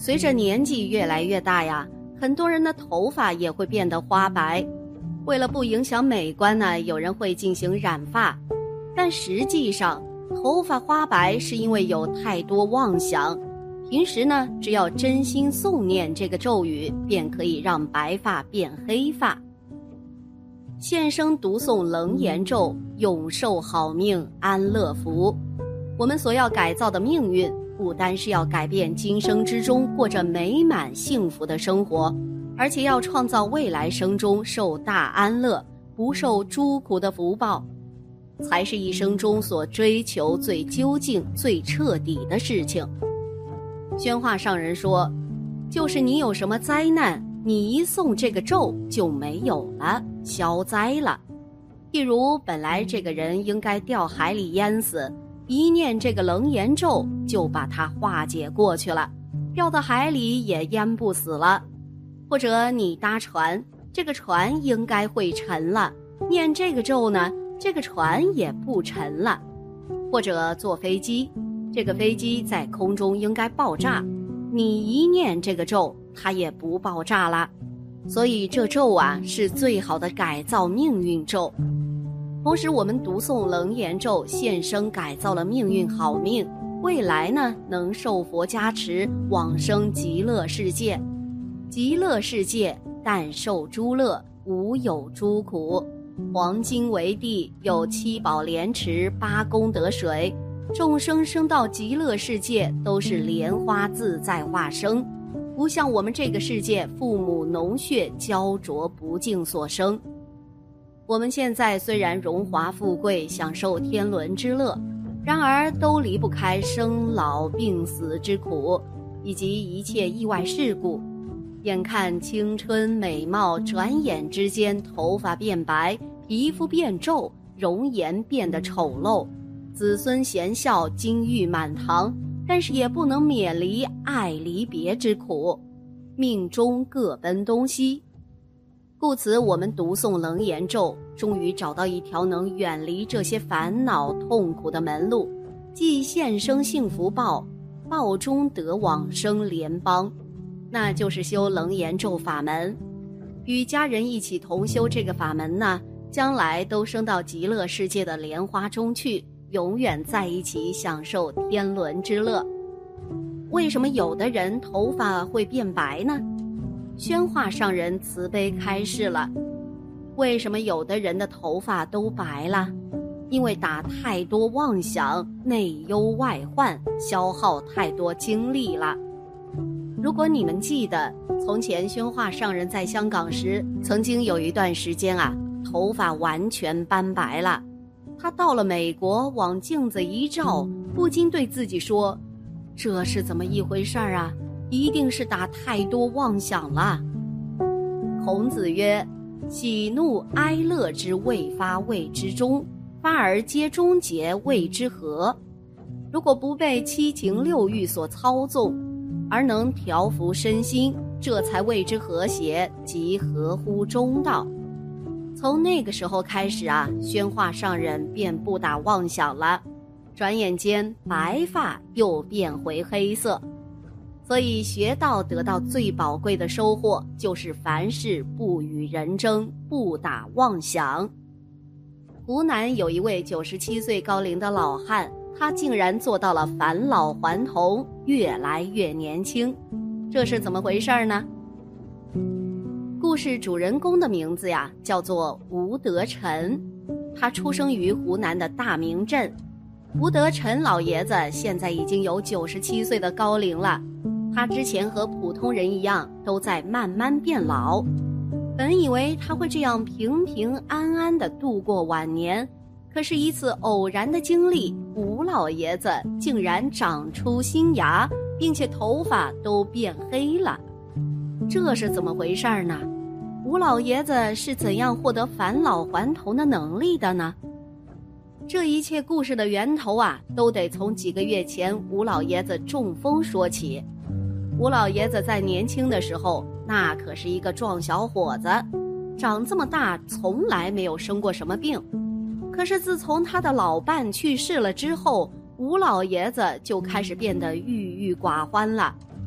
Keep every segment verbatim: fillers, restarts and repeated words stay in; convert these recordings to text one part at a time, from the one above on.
随着年纪越来越大呀，很多人的头发也会变得花白。为了不影响美观呢，有人会进行染发，但实际上头发花白是因为有太多妄想。平时呢，只要真心诵念这个咒语，便可以让白发变黑发。现生读诵楞严咒，永寿好命安乐福。我们所要改造的命运，不单是要改变今生之中过着美满幸福的生活，而且要创造未来生中受大安乐，不受诸苦的福报，才是一生中所追求最究竟、最彻底的事情。宣化上人说，就是你有什么灾难，你一诵这个咒就没有了，消灾了。譬如本来这个人应该掉海里淹死，一念这个楞严咒就把它化解过去了，掉到海里也淹不死了。或者你搭船，这个船应该会沉了，念这个咒呢，这个船也不沉了。或者坐飞机，这个飞机在空中应该爆炸，你一念这个咒，它也不爆炸了。所以这咒啊，是最好的改造命运咒。同时我们读诵楞严咒，现生改造了命运好命，未来呢能受佛加持，往生极乐世界。极乐世界但受诸乐，无有诸苦。黄金为地，有七宝莲池，八功德水。众生生到极乐世界，都是莲花自在化生，不像我们这个世界父母脓血焦灼不净所生。我们现在虽然荣华富贵，享受天伦之乐，然而都离不开生老病死之苦，以及一切意外事故。眼看青春美貌转眼之间头发变白，皮肤变皱，容颜变得丑陋，子孙贤孝金玉满堂，但是也不能免离爱离别之苦，命中各奔东西。故此我们读诵楞严咒，终于找到一条能远离这些烦恼痛苦的门路，即现生幸福报，报中得往生莲邦，那就是修楞严咒法门。与家人一起同修这个法门呢，将来都升到极乐世界的莲花中去，永远在一起享受天伦之乐。为什么有的人头发会变白呢？宣化上人慈悲开示了，为什么有的人的头发都白了？因为打太多妄想，内忧外患，消耗太多精力了。如果你们记得，从前宣化上人在香港时，曾经有一段时间啊，头发完全斑白了。他到了美国，往镜子一照，不禁对自己说，这是怎么一回事啊？一定是打太多妄想了。孔子曰，喜怒哀乐之未发谓之中，发而皆终结谓之和。如果不被七情六欲所操纵，而能调伏身心，这才谓之和谐，即合乎中道。从那个时候开始啊，宣化上人便不打妄想了，转眼间白发又变回黑色。所以学道得到最宝贵的收获，就是凡事不与人争，不打妄想。湖南有一位九十七岁高龄的老汉，他竟然做到了返老还童，越来越年轻，这是怎么回事呢？故事主人公的名字呀，叫做吴德臣，他出生于湖南的大名镇。吴德臣老爷子现在已经有九十七岁的高龄了，他之前和普通人一样，都在慢慢变老。本以为他会这样平平安安地度过晚年，可是一次偶然的经历，吴老爷子竟然长出新芽，并且头发都变黑了。这是怎么回事呢？吴老爷子是怎样获得返老还童的能力的呢？这一切故事的源头啊，都得从几个月前吴老爷子中风说起。吴老爷子在年轻的时候，那可是一个壮小伙子，长这么大从来没有生过什么病。可是自从他的老伴去世了之后，吴老爷子就开始变得郁郁寡欢了，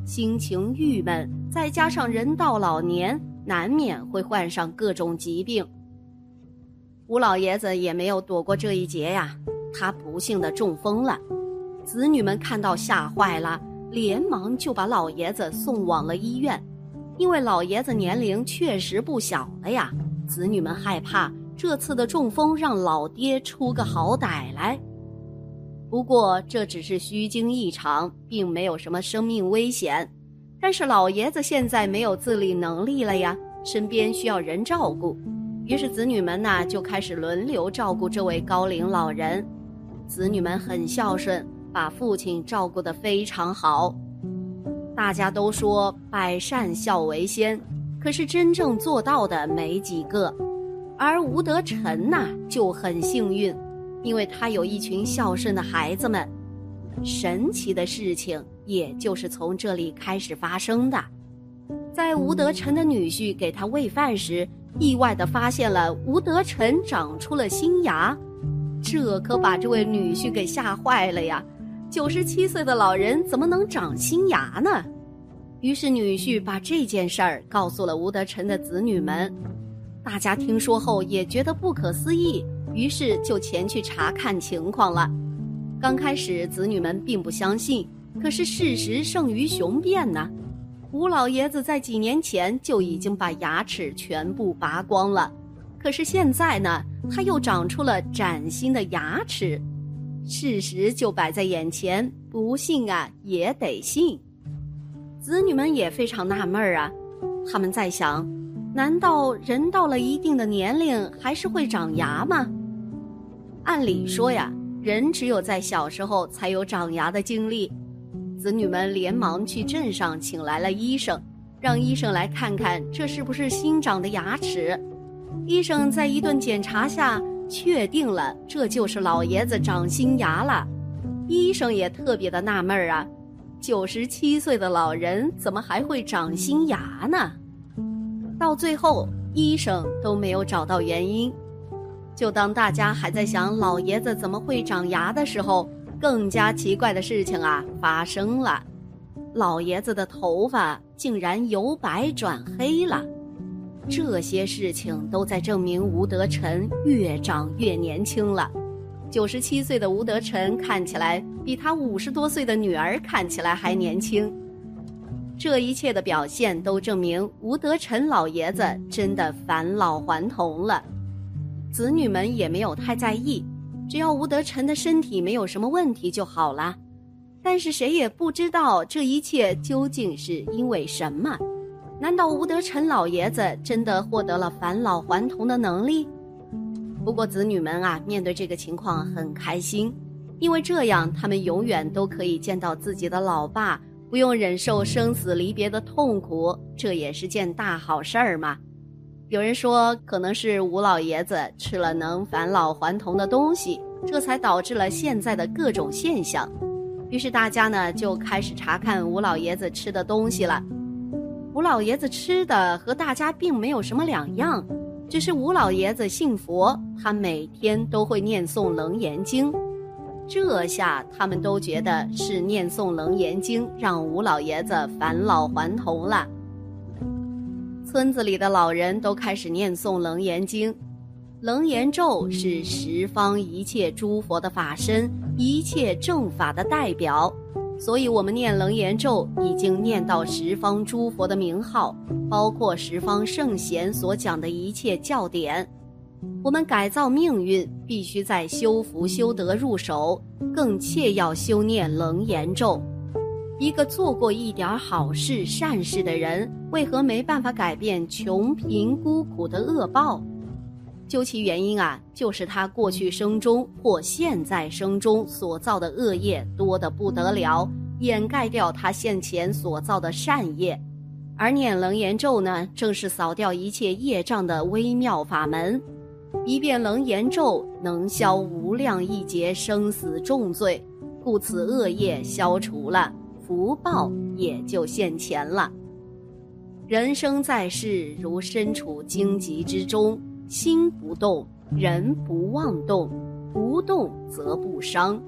心情郁闷，再加上人到老年，难免会患上各种疾病。吴老爷子也没有躲过这一劫呀，他不幸地中风了。子女们看到吓坏了，连忙就把老爷子送往了医院。因为老爷子年龄确实不小了呀，子女们害怕这次的中风让老爹出个好歹来。不过这只是虚惊一场，并没有什么生命危险。但是老爷子现在没有自理能力了呀，身边需要人照顾。于是子女们呢就开始轮流照顾这位高龄老人。子女们很孝顺，把父亲照顾得非常好。大家都说百善孝为先，可是真正做到的没几个。而吴德臣呐就很幸运，因为他有一群孝顺的孩子们。神奇的事情也就是从这里开始发生的。在吴德臣的女婿给他喂饭时，意外地发现了吴德臣长出了新牙，这可把这位女婿给吓坏了呀。九十七岁的老人怎么能长新牙呢？于是女婿把这件事儿告诉了吴德臣的子女们。大家听说后也觉得不可思议，于是就前去查看情况了。刚开始子女们并不相信，可是事实胜于雄辩呢。吴老爷子在几年前就已经把牙齿全部拔光了，可是现在呢，他又长出了崭新的牙齿。事实就摆在眼前，不信啊也得信。子女们也非常纳闷啊，他们在想，难道人到了一定的年龄还是会长牙吗？按理说呀，人只有在小时候才有长牙的经历。子女们连忙去镇上请来了医生，让医生来看看这是不是新长的牙齿。医生在一顿检查下确定了，这就是老爷子长新牙了。医生也特别的纳闷啊，九十七岁的老人怎么还会长新牙呢？到最后医生都没有找到原因。就当大家还在想老爷子怎么会长牙的时候，更加奇怪的事情啊发生了。老爷子的头发竟然由白转黑了。这些事情都在证明吴德臣越长越年轻了。九十七岁的吴德臣看起来比他五十多岁的女儿看起来还年轻。这一切的表现都证明吴德臣老爷子真的返老还童了。子女们也没有太在意，只要吴德臣的身体没有什么问题就好了。但是谁也不知道这一切究竟是因为什么。难道吴德臣老爷子真的获得了返老还童的能力？不过子女们啊，面对这个情况很开心，因为这样他们永远都可以见到自己的老爸，不用忍受生死离别的痛苦，这也是件大好事儿嘛。有人说可能是吴老爷子吃了能返老还童的东西，这才导致了现在的各种现象。于是大家呢就开始查看吴老爷子吃的东西了。吴老爷子吃的和大家并没有什么两样，只是吴老爷子信佛，他每天都会念诵楞严经。这下他们都觉得是念诵楞严经让吴老爷子返老还童了。村子里的老人都开始念诵楞严经。楞严咒是十方一切诸佛的法身，一切正法的代表，所以我们念楞严咒已经念到十方诸佛的名号，包括十方圣贤所讲的一切教典。我们改造命运必须在修福修德入手，更切要修念楞严咒。一个做过一点好事善事的人，为何没办法改变穷贫孤苦的恶报？究其原因啊，就是他过去生中或现在生中所造的恶业多得不得了，掩盖掉他现前所造的善业。而念楞严咒呢，正是扫掉一切业障的微妙法门。一遍楞严咒能消无量亿劫生死重罪，故此恶业消除了，福报也就现前了。人生在世，如身处荆棘之中，心不动，人不妄动，不动则不伤。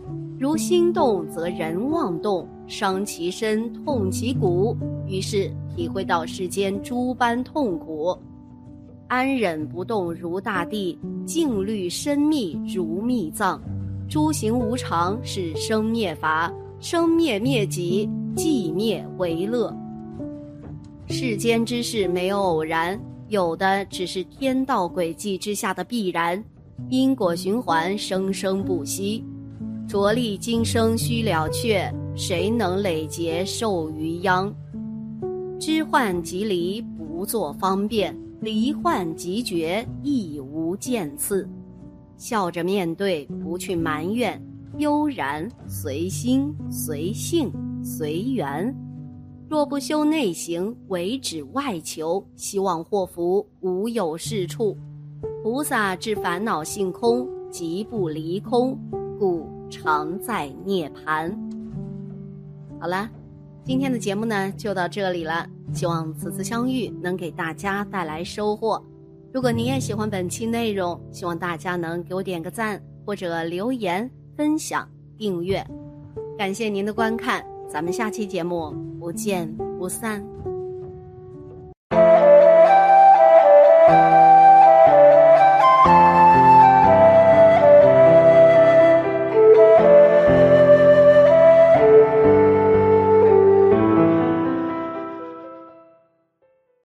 如心动则人妄动，伤其身，痛其骨，于是体会到世间诸般痛苦。安忍不动如大地，静虑深密如密藏。诸行无常是生灭法，生灭灭己，寂灭为乐。世间之事没有偶然，有的只是天道轨迹之下的必然，因果循环，生生不息。着力今生须了却，谁能累劫受余殃？知患即离，不作方便，离患即绝，亦无见次。笑着面对，不去埋怨，悠然随心随性随缘。若不修内行，唯指外求，希望祸福无有是处。菩萨知烦恼性空，即不离空，故常在涅槃。好了，今天的节目呢就到这里了，希望此次相遇能给大家带来收获。如果您也喜欢本期内容，希望大家能给我点个赞，或者留言、分享、订阅。感谢您的观看，咱们下期节目不见不散。